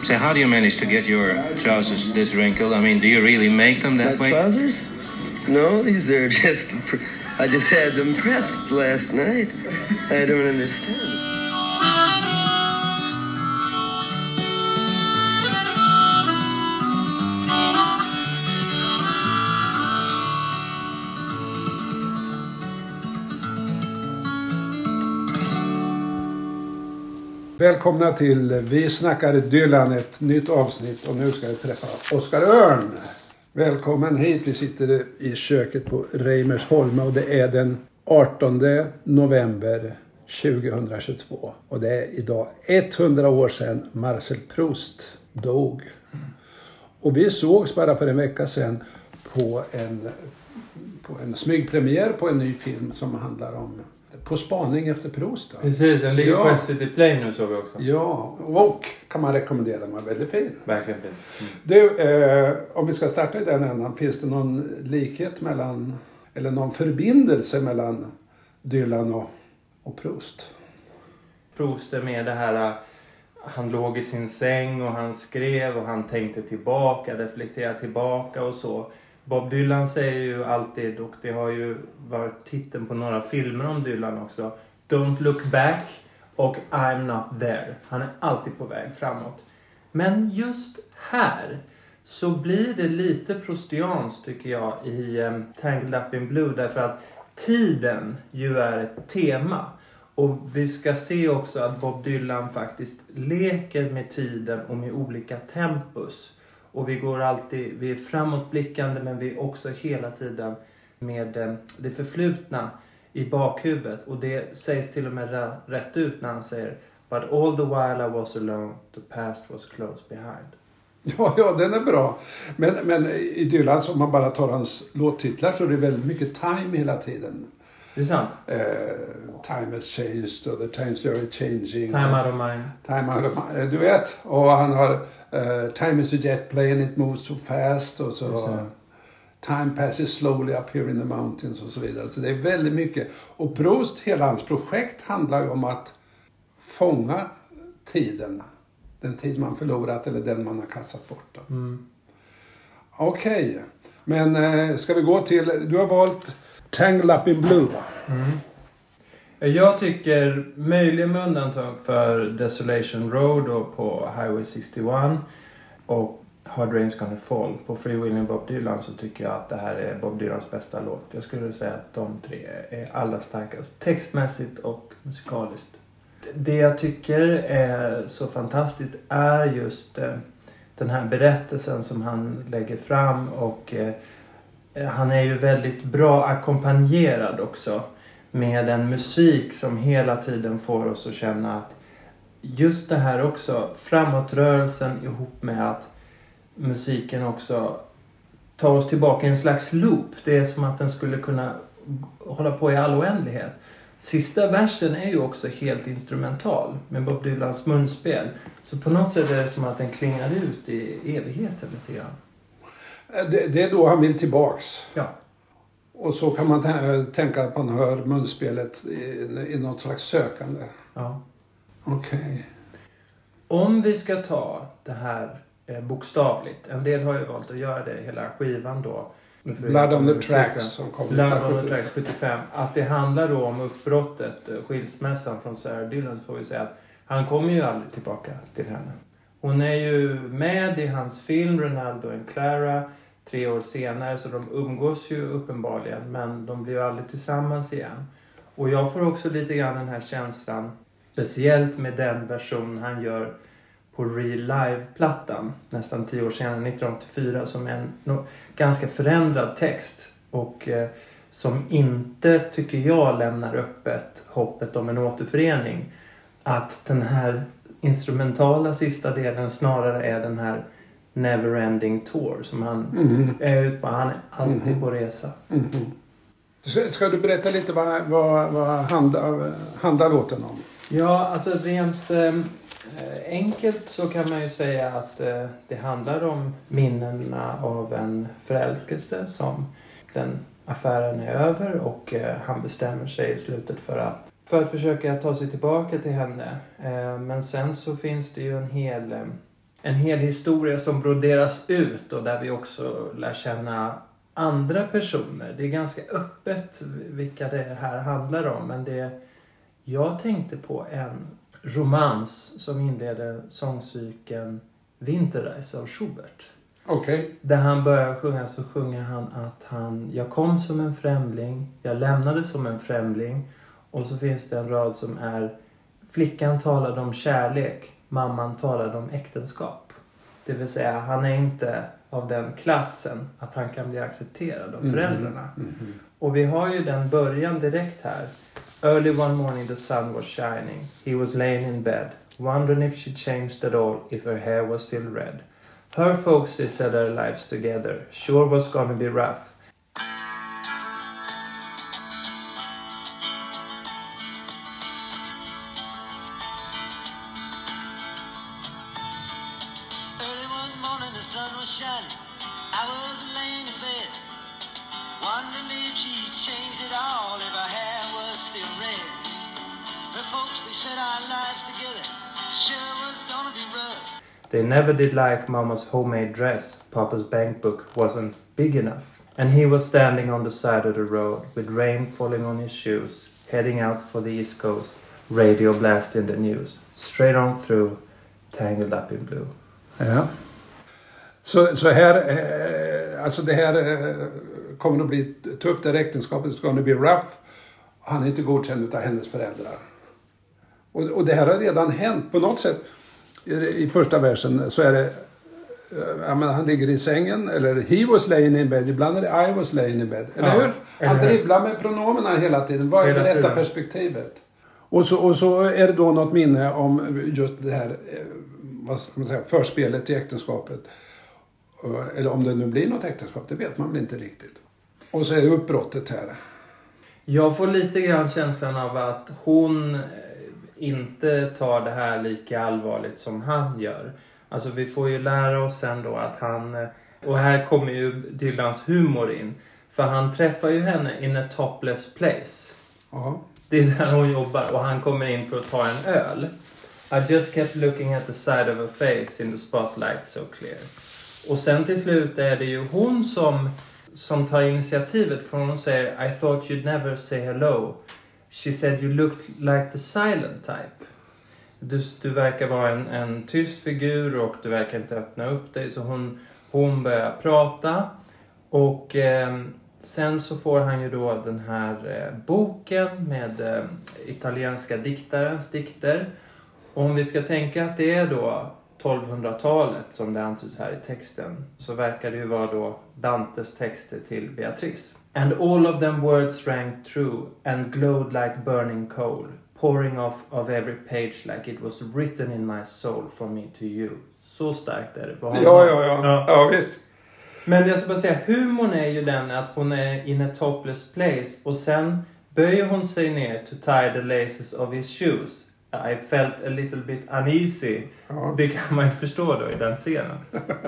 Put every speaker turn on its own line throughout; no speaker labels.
So how do you manage to get your trousers this wrinkled? I mean, do you really make them that way?
Trousers? No, these are just... I just had them pressed last night. I don't understand.
Välkomna till Vi snackar Dylan, ett nytt avsnitt, och nu ska jag träffa Oskar Örn. Välkommen hit, vi sitter i köket på Reimersholm och det är den 18 november 2022. Och det är idag 100 år sedan Marcel Proust dog. Och vi sågs bara för en vecka sedan på en smygpremiär på en ny film som handlar om På spaning efter Proust. Då.
Precis, den ligger på SVT Play nu, såg vi också.
Ja, och kan man rekommendera, den var väldigt fin.
Verkligen fin.
Du, om vi ska starta i den ändan, finns det någon likhet mellan, eller någon förbindelse mellan Dylan och Proust?
Proust är med det här, han låg i sin säng och han skrev och han tänkte tillbaka, reflekterade tillbaka och så. Bob Dylan säger ju alltid, och det har ju varit titeln på några filmer om Dylan också, Don't look back och I'm not there. Han är alltid på väg framåt. Men just här så blir det lite proustianskt, tycker jag, i Tangled Up in Blue, därför att tiden ju är ett tema. Och vi ska se också att Bob Dylan faktiskt leker med tiden och med olika tempus. Och vi är framåtblickande, men vi är också hela tiden med det förflutna i bakhuvudet. Och det sägs till och med rätt ut när han säger But all the while I was alone, the past was close behind.
Ja, den är bra. Men i Dylan, om man bara tar hans låttitlar, så är det väldigt mycket time hela tiden.
Det är sant.
Time has changed, or the times are changing.
Time out of mind.
Time out of mind, du vet. Och han har time is a jet plane, it moves so fast. Och så time passes slowly up here in the mountains och så vidare. Så det är väldigt mycket. Och Proust, hela hans projekt handlar ju om att fånga tiden. Den tid man förlorat eller den man har kastat bort. Okej. Men ska vi gå till... Du har valt Tangled Up in Blue.
Jag tycker, möjligen med undantag för Desolation Road och på Highway 61 och Hard Rain's Gonna Fall på Free Willing Bob Dylan, så tycker jag att det här är Bob Dylans bästa låt. Jag skulle säga att de tre är allra starkast textmässigt och musikaliskt. Det jag tycker är så fantastiskt är just den här berättelsen som han lägger fram, och han är ju väldigt bra ackompanjerad också med en musik som hela tiden får oss att känna att just det här också, framåtrörelsen ihop med att musiken också tar oss tillbaka i en slags loop. Det är som att den skulle kunna hålla på i all oändlighet. Sista versen är ju också helt instrumental med Bob Dylans munspel. Så på något sätt är det som att den klingar ut i evigheten lite grann.
Det är då han vill tillbaks.
Ja.
Och så kan man tänka att man hör munspelet i något slags sökande.
Ja.
Okej.
Om vi ska ta det här bokstavligt. En del har ju valt att göra det hela skivan då.
Blood on the Tracks som kom.
Blood on the Tracks 75. Att det handlar då om uppbrottet, skilsmässan från Sarah Dylan, så får vi säga att han kommer ju aldrig tillbaka till henne. Hon är ju med i hans film Ronaldo and Clara 3 år senare, så de umgås ju uppenbarligen, men de blir ju aldrig tillsammans igen. Och jag får också lite grann den här känslan, speciellt med den version han gör på Real Live-plattan nästan 10 år senare, 1984, som är en ganska förändrad text och som inte, tycker jag, lämnar öppet hoppet om en återförening. Att den här instrumentala sista delen snarare är den här Neverending Tour som han är ute på. Han är alltid på resa.
Ska du berätta lite vad handlar låten om?
Ja, alltså rent enkelt så kan man ju säga att det handlar om minnena av en förälskelse som den affären är över, och han bestämmer sig i slutet för att försöka ta sig tillbaka till henne. Men sen så finns det ju en hel en hel historia som broderas ut och där vi också lär känna andra personer. Det är ganska öppet vilka det här handlar om, men jag tänkte på en romans som inleder sångcykeln Winterreise av Schubert.
Okej.
Där han börjar sjunga så sjunger han att jag kom som en främling, jag lämnade som en främling. Och så finns det en rad som är: flickan talade om kärlek, mamman talade om äktenskap. Det vill säga, han är inte av den klassen att han kan bli accepterad av föräldrarna. Och vi har ju den början direkt här. Early one morning the sun was shining. He was laying in bed, wondering if she changed at all, if her hair was still red. Her folks, they said their lives together. Sure was gonna be rough.
Early one morning the sun was shining. I was laying in bed, wondering if she changed it all, if her hair was still red. Her folks, they said our lives together sure was gonna be rough.
They never did like Mama's homemade dress. Papa's bank book wasn't big enough. And he was standing on the side of the road with rain falling on his shoes, heading out for the East Coast, radio blasting the news. Straight on through, tangled up in blue.
Ja. Så här, alltså det här kommer att bli tufft. Det äktenskapet ska bli rough. Han är inte godkänd av hennes föräldrar. Och det här har redan hänt på något sätt. I första versen så är det, han ligger i sängen, eller he was laying in bed, ibland är det I was laying in bed, eller hur? Han dribblar med pronomenerna hela tiden. Vad är det rätta perspektivet? Och så är det då något minne om just det här, vad ska man säga, förspelet till äktenskapet. Eller om det nu blir något äktenskap, det vet man väl inte riktigt. Och så är det uppbrottet här.
Jag får lite grann känslan av att hon inte tar det här lika allvarligt som han gör. Alltså vi får ju lära oss sen då att han, och här kommer ju Dylans humor in. För han träffar ju henne in a topless place.
Ja.
Det är där hon jobbar och han kommer in för att ta en öl. I just kept looking at the side of her face in the spotlight so clear. Och sen till slut är det ju hon som tar initiativet, för hon säger I thought you'd never say hello. She said you looked like the silent type. Du verkar vara en tyst figur och du verkar inte öppna upp dig. Så hon börjar prata. Och sen så får han ju då den här boken med italienska diktarens dikter. Och om vi ska tänka att det är då 1200-talet som det antyds här i texten, så verkar det ju vara då Dantes texter till Beatrice. And all of them words rang true and glowed like burning coal, pouring off of every page like it was written in my soul from me to you. Så starkt är det för honom.
Ja, visst.
Men jag ska bara säga, humorn är ju den att hon är in a topless place och sen böjer hon sig ner to tie the laces of his shoes. I felt a little bit uneasy. Ja. Det kan man ju förstå då i den scenen.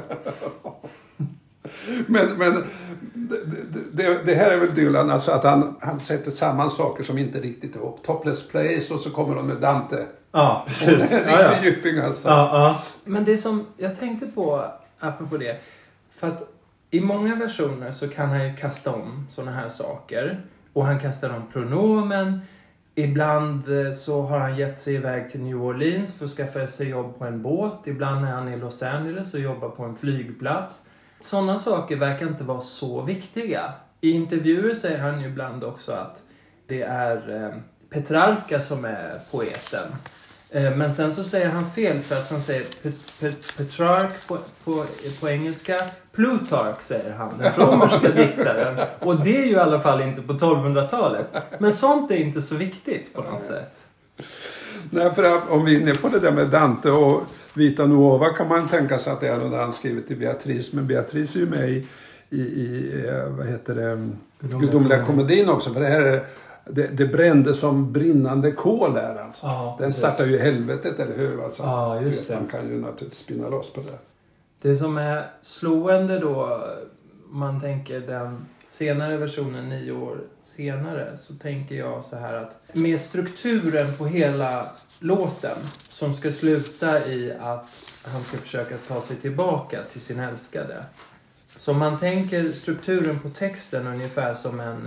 Men det här är väl Dylan, alltså att han sätter samman saker som inte riktigt är ihop. Topless place och så kommer de med Dante.
Ja, precis.
En riktig djuping alltså.
Ja. Men det som jag tänkte på apropå det, för att i många versioner så kan han ju kasta om såna här saker. Och han kastar om pronomen. Ibland så har han gett sig iväg till New Orleans för att skaffa sig jobb på en båt. Ibland är han i Los Angeles och jobbar på en flygplats. Sådana saker verkar inte vara så viktiga. I intervjuer säger han ju ibland också att det är Petrarca som är poeten. Men sen så säger han fel för att han säger Petrarch på engelska. Plutarch säger han, den romerska diktaren. Och det är ju i alla fall inte på 1200-talet. Men sånt är inte så viktigt på något sätt.
Nej, för om vi är inne på det där med Dante och Vita Nuova kan man tänka sig att det är något han skrivit till Beatrice. Men Beatrice är ju med i vad heter det, Gudomliga komedin också. För det här är, det brände som brinnande kol där alltså.
Ja,
den startar ju helvetet, eller hur? Alltså,
ja, just det.
Man kan ju naturligtvis spinna loss på det.
Det som är slående då, man tänker den senare versionen 9 år senare, så tänker jag så här att med strukturen på hela låten som ska sluta i att han ska försöka ta sig tillbaka till sin älskade. Så man tänker strukturen på texten ungefär som en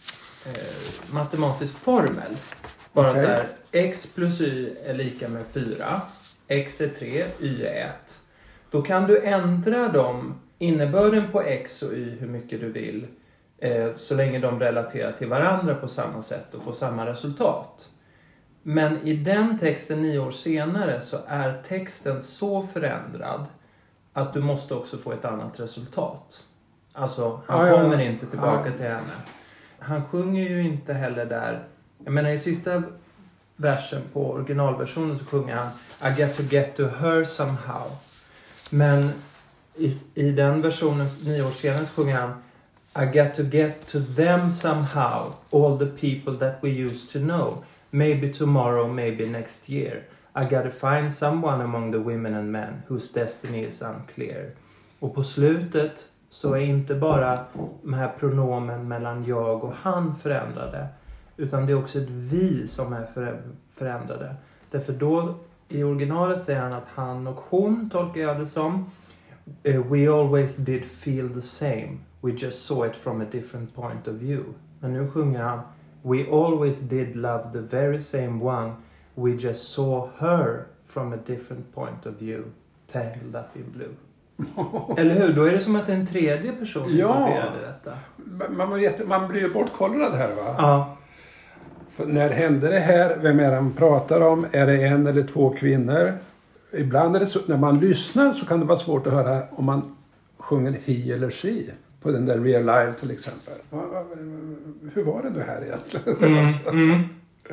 matematisk formel. Bara så här, x plus y är lika med 4, x är 3, y är 1. Då kan du ändra innebörden på x och y hur mycket du vill, så länge de relaterar till varandra på samma sätt och får samma resultat. Men i den texten 9 år senare så är texten så förändrad att du måste också få ett annat resultat. Alltså, han kommer inte tillbaka till henne. Han sjunger ju inte heller där. Jag menar, i sista versen på originalversionen så sjunger han I got to get to her somehow. Men i den versionen 9 år senare så sjunger han I got to get to them somehow, all the people that we used to know. Maybe tomorrow, maybe next year. I gotta find someone among the women and men whose destiny is unclear. Och på slutet så är inte bara de här pronomen mellan jag och han förändrade, utan det är också ett vi som är förändrade. Därför då i originalet säger han att han och hon, tolkar jag det som, we always did feel the same. We just saw it from a different point of view. Men nu sjunger han we always did love the very same one. We just saw her from a different point of view. Tangled up in blue. Eller hur? Då är det som att en tredje person involverade detta.
Man blir ju bortkollrad här, va?
Ja.
För när händer det här? Vem är det man pratar om? Är det en eller två kvinnor? Ibland är det så, när man lyssnar så kan det vara svårt att höra om man sjunger he eller she. På den där Real Life till exempel. Hur var det nu här egentligen?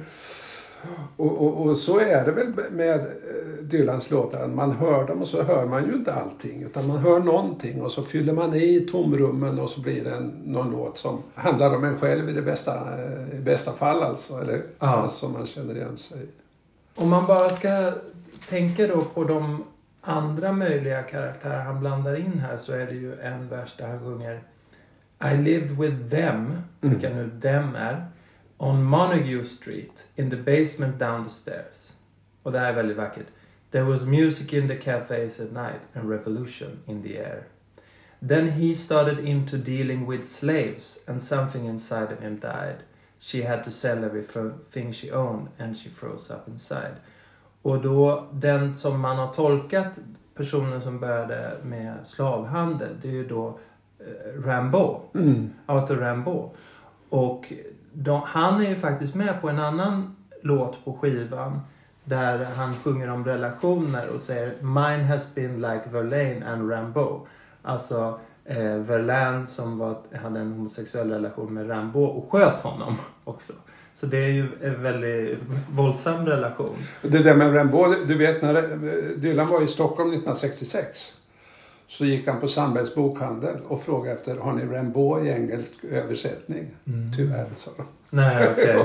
Och så är det väl med Dylans låtar. Man hör dem och så hör man ju inte allting. Utan man hör någonting och så fyller man i tomrummen och så blir det någon låt som handlar om en själv i bästa fall alltså. Eller som man känner igen sig.
Om man bara ska tänka då på de andra möjliga karaktärer han blandar in här, så är det ju en vers där han sjunger I lived with them, vilka nu them är, on Montague Street in the basement down the stairs. Och det här är väldigt vackert. There was music in the cafes at night and revolution in the air. Then he started into dealing with slaves and something inside of him died. She had to sell everything she owned and she froze up inside. Och då den som man har tolkat personen som började med slavhandel, det är ju då Rimbaud. Arthur Rimbaud. Och han är ju faktiskt med på en annan låt på skivan där han sjunger om relationer och säger mine has been like Verlaine and Rimbaud. Alltså Verlaine som hade en homosexuell relation med Rimbaud och sköt honom också. Så det är ju en väldigt våldsam relation.
Det där med Rimbaud, du vet när Dylan var i Stockholm 1966 så gick han på Sandbergs bokhandel och frågade efter har ni Rimbaud i engelsk översättning? Tyvärr, sa de.
Nej, okej.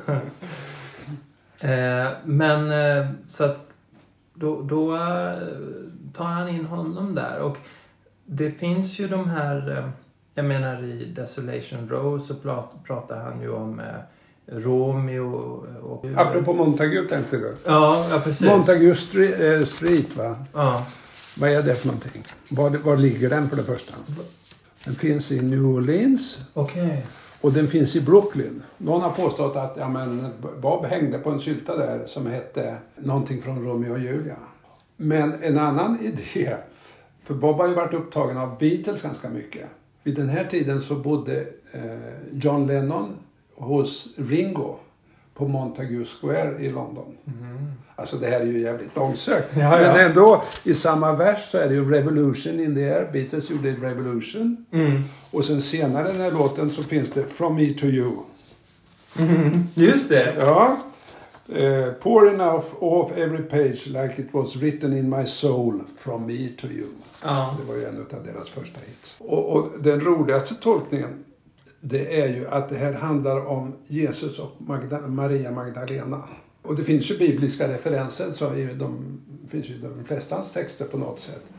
Men så att då tar han in honom där. Och det finns ju de här, jag menar i Desolation Row så pratar han ju om Romeo och...
Apropå Montague tänkte du?
Ja, precis.
Montague Street, va?
Ja.
Vad är det för någonting? Var ligger den för det första? Den finns i New Orleans.
Okej.
Och den finns i Brooklyn. Någon har påstått att Bob hängde på en sylta där som hette någonting från Romeo och Julia. Men en annan idé, för Bob har ju varit upptagen av Beatles ganska mycket. Vid den här tiden så bodde John Lennon hos Ringo på Montague Square i London. Alltså det här är ju jävligt långsökt.
Ja.
Men ändå i samma vers så är det ju Revolution in the Air. Beatles gjorde Revolution. Och sen senare i den här låten så finns det From Me to You.
Just det.
Ja. Pouring off every page like it was written in my soul from me to you.
Ja.
Det var ju en av deras första hits. Och den roligaste tolkningen det är ju att det här handlar om Jesus och Maria Magdalena. Och det finns ju bibliska referenser så de finns ju de flesta hans texter på något sätt.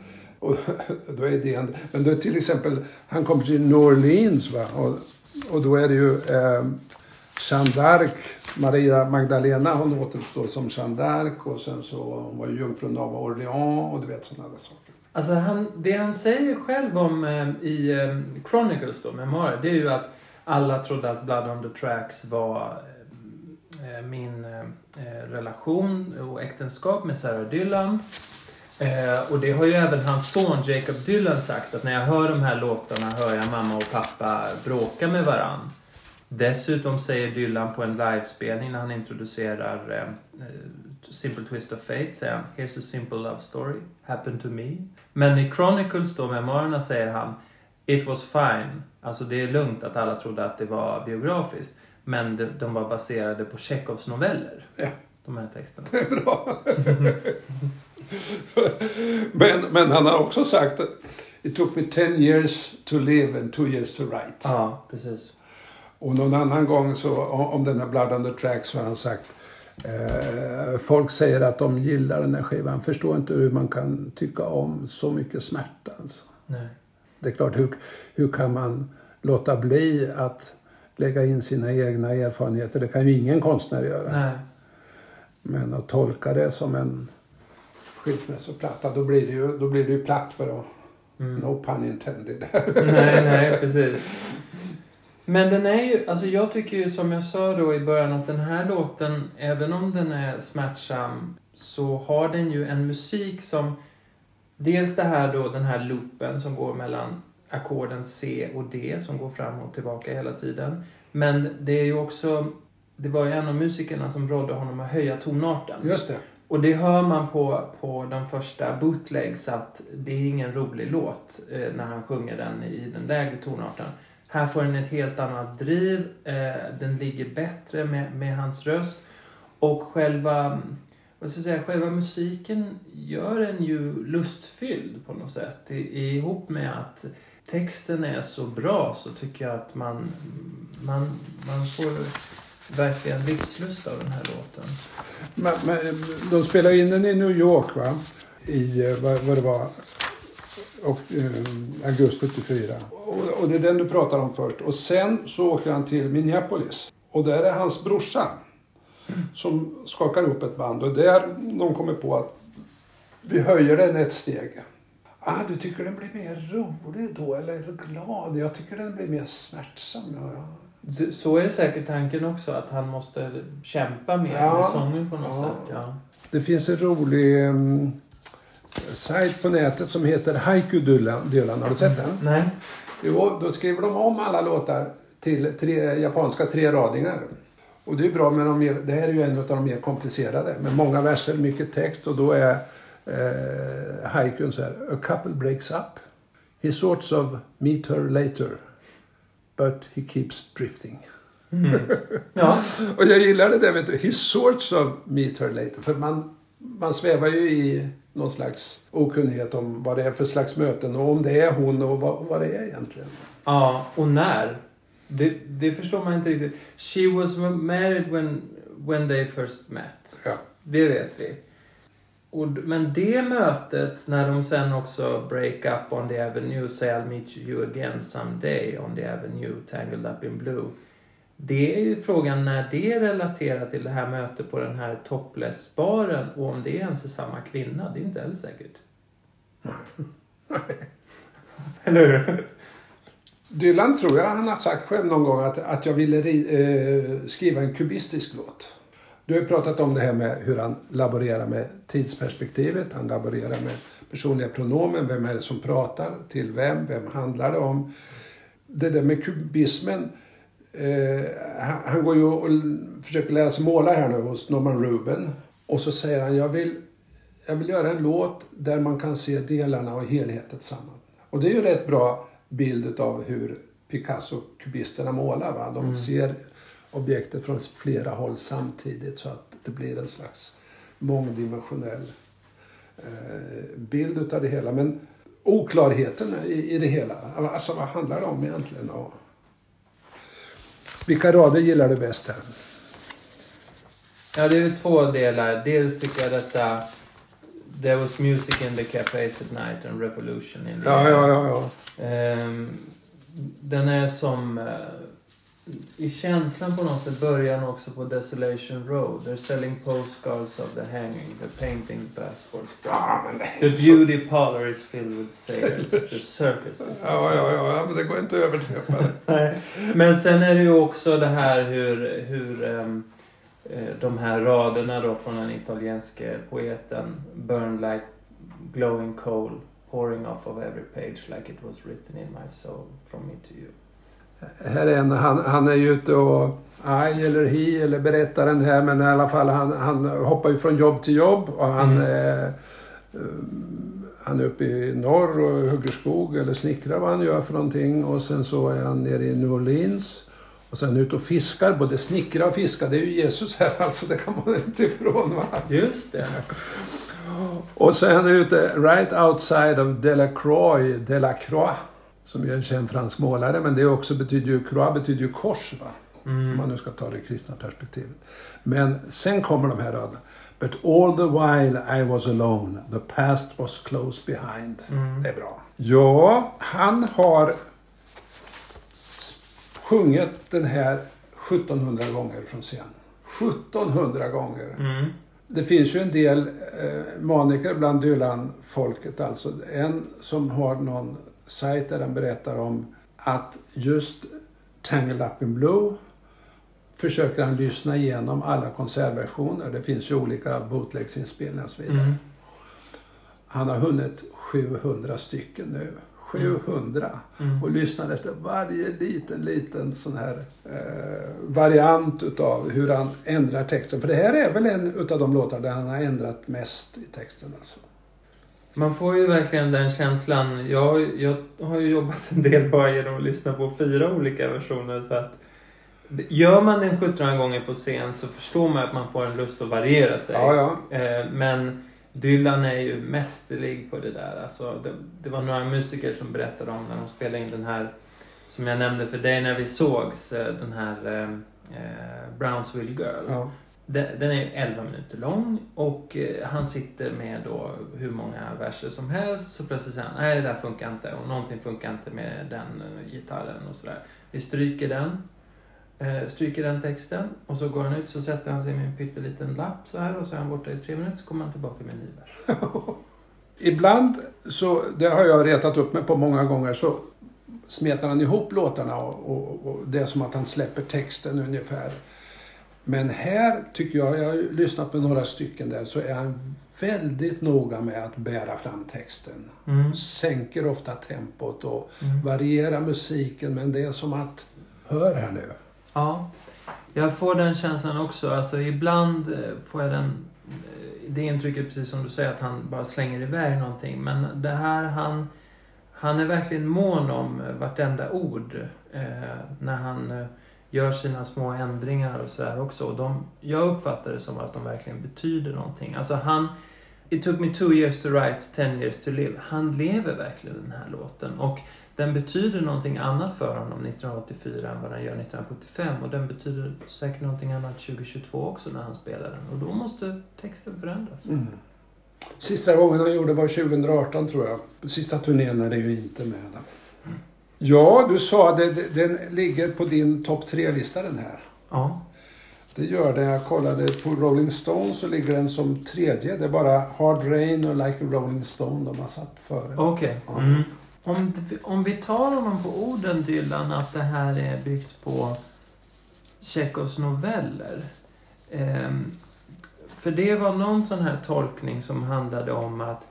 Och då är idén, men då är till exempel, han kommer till New Orleans va, och då är det ju Jeanne d'Arc, Maria Magdalena, hon återuppstår som Jeanne d'Arc, och sen så hon var ju jungfrun av Orléans och du vet sådana där saker.
Alltså det han säger själv om i Chronicles då, memoarer, det är ju att alla trodde att Blood on the Tracks var min relation och äktenskap med Sarah Dylan. Och det har ju även hans son Jacob Dylan sagt, att när jag hör de här låtarna hör jag mamma och pappa bråka med varann. Dessutom säger Dylan på en livespelning när han introducerar Simple Twist of Fate, säger han, here's a simple love story, happened to me. Men i Chronicles då, memoarerna, säger han, it was fine. Alltså det är lugnt att alla trodde att det var biografiskt. Men de var baserade på Chekhovs noveller.
Ja.
De här texterna.
Det är bra. men han har också sagt att it took me 10 years to live and 2 years to write.
Ja, precis.
Och någon annan gång så, om den här Blood on the Tracks, så har han sagt folk säger att de gillar den här skivan. Förstår inte hur man kan tycka om så mycket smärta. Alltså.
Nej.
Det är klart, hur kan man låta bli att lägga in sina egna erfarenheter? Det kan ju ingen konstnär göra.
Nej. Men
att tolka det som en skilsmässoplatta, då blir det ju platt för då. No pun intended.
nej, precis. Men den är ju, alltså jag tycker ju som jag sa då i början att den här låten, även om den är smärtsam, så har den ju en musik som, dels det här då, den här loopen som går mellan ackorden C och D som går fram och tillbaka hela tiden. Men det är ju också, det var ju en av musikerna som rådde honom att höja tonarten.
Just det.
Och det hör man på de första bootlegs att det är ingen rolig låt när han sjunger den i den lägre tonarten. Här får den ett helt annat driv, den ligger bättre med hans röst. Och själva musiken gör en ju lustfylld på något sätt. Ihop med att texten är så bra, så tycker jag att man får verkligen livslust av den här låten.
Men de spelade in den i New York va? I vad det var, och augusti 74. Och det är den du pratar om först. Och sen så åker han till Minneapolis. Och där är hans brorsa som skakar upp ett band. Och där de kommer på att vi höjer den ett steg. Du tycker den blir mer rolig då? Eller är du glad? Jag tycker den blir mer smärtsam. Ja.
Så är det säkert tanken också, att han måste kämpa mer med sången på något sätt. Ja. Det
finns en rolig sajt på nätet som heter Haiku Dylan. Har du sett den?
Nej.
Jo, då skriver de om alla låtar till japanska 3-radingar. Och det är bra med det här är ju en av de mer komplicerade. Med många verser, mycket text, och då är haikun så här: a couple breaks up. He sorts of meet her later. But he keeps drifting.
Ja.
Och jag gillar det där, vet du. He sorts of meet her later. För man svävar ju i någon slags okunnighet om vad det är för slags möten. Och om det är hon och vad det är egentligen.
Ja, och när. Det förstår man inte riktigt. She was married when they first met.
Ja.
Det vet vi. Men det mötet, när de sen också break up on the avenue, say I'll meet you again someday on the avenue, tangled up in blue. Det är ju frågan när det är relaterat till det här mötet på den här topless-baren, och om det är ens är samma kvinna. Det är inte heller säkert. Eller hur?
Dylan tror jag han har sagt själv någon gång att jag ville skriva en kubistisk låt. Du har ju pratat om det här med hur han laborerar med tidsperspektivet. Han laborerar med personliga pronomen. Vem är det som pratar? Till vem? Vem handlar det om? Det där med kubismen. Han går ju och försöker lära sig måla här nu hos Norman Rubin. Och så säger han, jag vill göra en låt där man kan se delarna och helheten samman. Och det är ju rätt bra bild av hur Picasso och kubisterna målar. Va? De ser objektet från flera håll samtidigt, så att det blir en slags mångdimensionell bild av det hela. Men oklarheten i det hela, alltså vad handlar det om egentligen? Och vilka rader gillar du bäst här?
Ja, det är 2 delar. Dels tycker jag There was music in the cafés at night and revolution in the
Ja.
Den är som i känslan på något sätt början också på Desolation Road. They're selling postcards of the hanging, the painting passports. The beauty parlor is filled with sailors. The circus is
Ja, men det går inte att överträffa det.
Men sen är det ju också det här hur de här raderna då från den italienske poeten burn like glowing coal pouring off of every page like it was written in my soul from me to you.
Här är han är ju ute och eller berättaren här, men i alla fall han hoppar ju från jobb till jobb och han är uppe i norr och hugger skog eller snickrar vad han gör för någonting, och sen så är han nere i New Orleans och sen ut och fiskar, både snickra och fiska, det är ju Jesus här alltså, det kan man inte ifrån, va?
Just det.
Och så är han ute right outside of Delacroix, som är en känd fransk målare, men det också betyder ju, croix betyder ju kors, va? Om man nu ska ta det kristna perspektivet. Men sen kommer de här raderna. But all the while I was alone, the past was close behind. Det är bra. Ja, han har sjungit den här 1700 gånger från scen. 1700 gånger. Det finns ju en del maniker bland Dylan-folket, alltså en som har någon sajt där han berättar om att just Tangled Up in Blue försöker han lyssna igenom alla konsertversioner. Det finns ju olika bootlegsinspelningar och så vidare. Han har hunnit 700 stycken nu. 700. Och lyssnar efter varje liten sån här variant utav hur han ändrar texten. För det här är väl en utav de låtar där han har ändrat mest i texten alltså.
Man får ju verkligen den känslan. Jag har ju jobbat en del bara genom att lyssna på 4 olika versioner, så att gör man den 17 gånger på scen så förstår man att man får en lust att variera sig.
Ja.
Men Dylan är ju mästerlig på det där. Alltså, det var några musiker som berättade om när de spelade in den här, som jag nämnde för dig när vi sågs, den här Brownsville Girl.
Ja.
Den är 11 minuter lång och han sitter med då hur många verser som helst, så plötsligt säger han, nej det där funkar inte och någonting funkar inte med den gitarren och sådär. Vi stryker den texten och så går han ut, så sätter han sig med en pytteliten lapp så här och så är han borta i 3 minuter, så kommer han tillbaka med en ny vers.
Ibland, så det har jag retat upp mig på många gånger, så smetar han ihop låtarna och det är som att han släpper texten ungefär. Men här tycker jag har lyssnat på några stycken där, så är han väldigt noga med att bära fram texten. Sänker ofta tempot och varierar musiken, men det är som att, hör här nu.
Ja, jag får den känslan också. Alltså ibland får jag det intrycket, precis som du säger, att han bara slänger iväg någonting. Men det här, han är verkligen mån om vartenda ord när han gör sina små ändringar och sådär också. Och jag uppfattar det som att de verkligen betyder någonting. Alltså It took me 2 years to write, 10 years to live. Han lever verkligen den här låten. Och den betyder någonting annat för honom 1984 än vad den gör 1975. Och den betyder säkert någonting annat 2022 också när han spelar den. Och då måste texten förändras.
Sista gången han gjorde var 2018 tror jag. Sista turnén är det ju inte med. Ja, du sa den ligger på din topp 3-lista den här.
Ja.
Det gör det. Jag kollade på Rolling Stone, så ligger den som 3:e. Det är bara Hard Rain och Like a Rolling Stone de har satt före.
Okej. Om vi tar honom på orden, Dylan, att det här är byggt på Tjechovs noveller. För det var någon sån här tolkning som handlade om att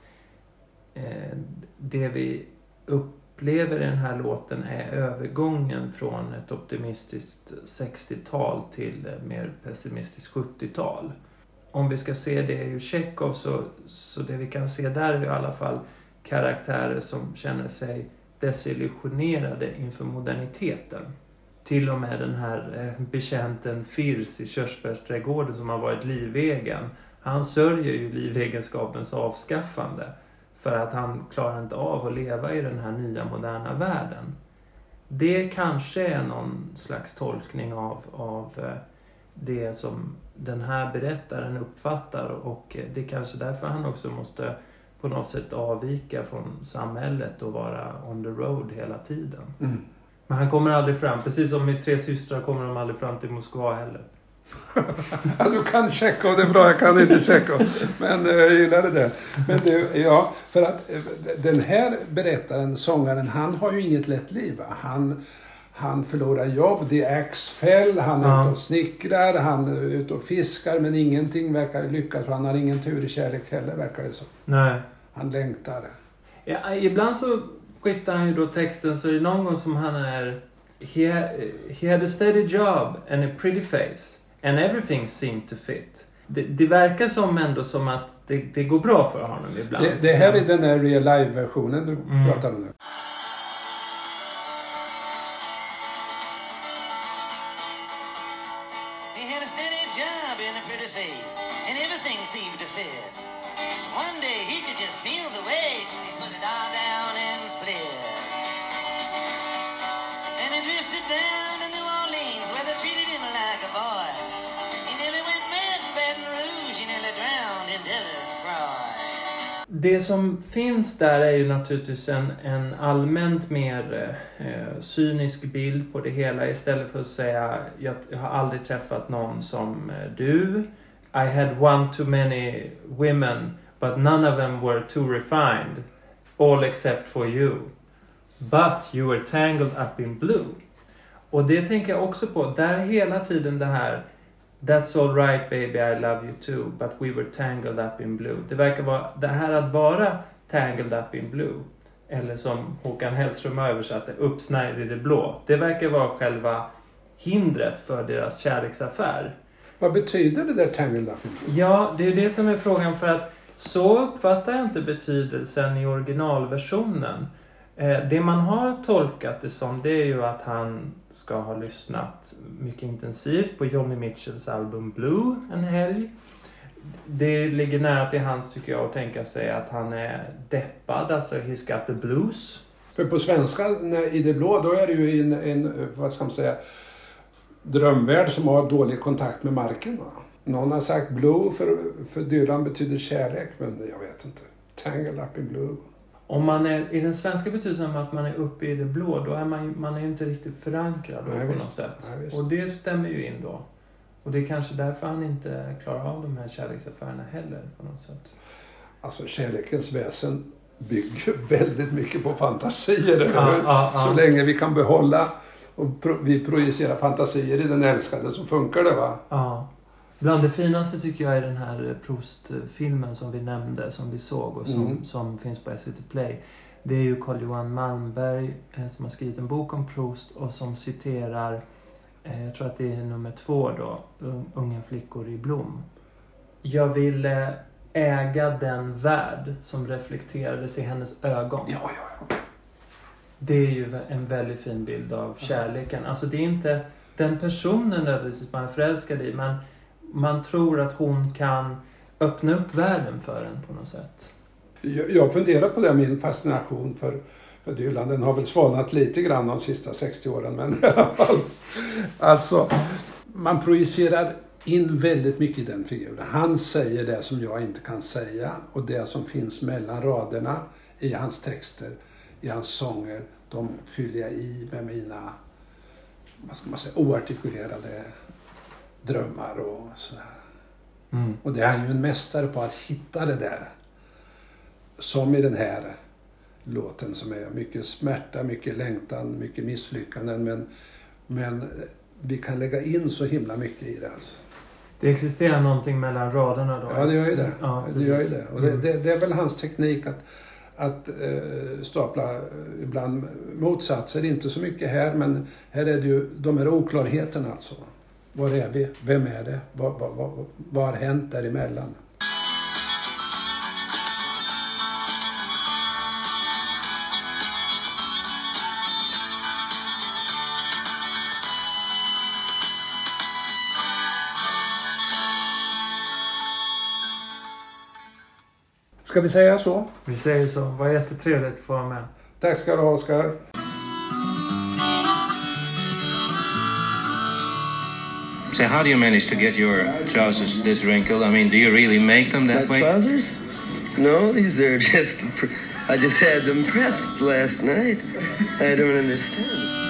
det vi upplever i den här låten är övergången från ett optimistiskt 60-tal till mer pessimistiskt 70-tal. Om vi ska se det ur Tjechov så det vi kan se där är i alla fall karaktärer som känner sig desillusionerade inför moderniteten. Till och med den här betjänten Firs i Körsbärsträdgården som har varit livegen. Han sörjer ju livegenskapens avskaffande. För att han klarar inte av att leva i den här nya moderna världen. Det kanske är någon slags tolkning av det som den här berättaren uppfattar, och det är kanske därför han också måste på något sätt avvika från samhället och vara on the road hela tiden.
Mm.
Men han kommer aldrig fram, precis som med 3 systrar kommer de aldrig fram till Moskva heller.
Ja, du kan checka, och det är bra, jag kan inte checka. Men jag gillar det där. Men du, ja, för att den här berättaren, sångaren, han har ju inget lätt liv. Han förlorar jobb, The Axe fell, han är ute och snickrar, han är ute och fiskar, men ingenting verkar lyckas, för han har ingen tur i kärlek heller, verkar det så.
Nej.
Han längtar.
Ja, ibland så skiftar han ju då texten, så är det någon gång som han är he had a steady job and a pretty face and everything seemed to fit. Det verkar som ändå som att det går bra för honom ibland.
Det här är den där real live-versionen du pratar om nu.
He had a steady job and a pretty face, and everything seemed to fit. One day he could just feel the waste, he put it all down and split. And he drifted down to New Orleans, where they treated him like a boy. He nearly went mad in Baton Rouge, he nearly drowned in Delacroix.
Det som finns där är ju naturligtvis en allmänt mer cynisk bild på det hela, istället för att säga jag har aldrig träffat någon som du. I had one too many women, but none of them were too refined, all except for you. But you were tangled up in blue. Och det tänker jag också på, där hela tiden det här That's all right baby, I love you too, but we were tangled up in blue. Det verkar vara det här att vara tangled up in blue, eller som Håkan Hellström översatte, uppsnärjd i det blå. Det verkar vara själva hindret för deras kärleksaffär.
Vad betyder det där tangled up in blue?
Ja, det är det som är frågan, för att så uppfattar jag inte betydelsen i originalversionen. Det man har tolkat det som, det är ju att han ska ha lyssnat mycket intensivt på Johnny Mitchells album Blue en helg. Det ligger nära till hans, tycker jag, att tänka sig att han är deppad, alltså he's got the blues.
För på svenska, i det blå, då är det ju en vad ska man säga, drömvärld som har dålig kontakt med marken, va? Någon har sagt blue för Dylan betyder kärlek, men jag vet inte. Tangled up in blue.
Om man är i den svenska betydelsen att man är uppe i det blå, då är man är ju inte riktigt förankrad på något sätt. Och det stämmer ju in då. Och det är kanske därför han inte klarar av de här kärleksaffärerna heller på något sätt.
Alltså kärlekens väsen bygger väldigt mycket på fantasier. Så länge vi kan behålla och vi projicerar fantasier i den älskade, så funkar det, va?
Ja. Bland det finaste tycker jag är den här Proust-filmen som vi nämnde, som vi såg och som finns på SVT Play. Det är ju Carl-Johan Malmberg som har skrivit en bok om Proust och som citerar, jag tror att det är nummer 2 då, Unga flickor i blom. Jag ville äga den värld som reflekterades i hennes ögon.
Ja.
Det är ju en väldigt fin bild av kärleken. Alltså det är inte den personen nödvändigtvis man är förälskad i, men man tror att hon kan öppna upp världen för en på något sätt.
Jag funderar på det, min fascination för Dylan. Den har väl svalnat lite grann de sista 60 åren, men i alla fall. Alltså, man projicerar in väldigt mycket i den figuren. Han säger det som jag inte kan säga, och det som finns mellan raderna i hans texter, i hans sånger, de fyller jag i med mina, vad ska man säga, oartikulerade drömmar och sådär. Och det är han ju en mästare på, att hitta det där. Som i den här låten som är mycket smärta, mycket längtan, mycket misslyckanden. Men vi kan lägga in så himla mycket i det alltså.
Det existerar någonting mellan raderna då?
Ja, det gör ju det.
Ja,
det gör ju det. Och det är väl hans teknik att stapla ibland motsatser. Inte så mycket här, men här är det ju de här oklarheterna alltså. Var är vi? Vem är det? Vad har hänt däremellan? Ska vi säga så?
Vi säger så. Vad jättetrevligt att få vara med.
Tack ska du ha, Oskar.
So how do you manage to get your trousers this wrinkled? I mean, do you really make them that
My
way?
trousers? No, these are just... I just had them pressed last night. I don't understand.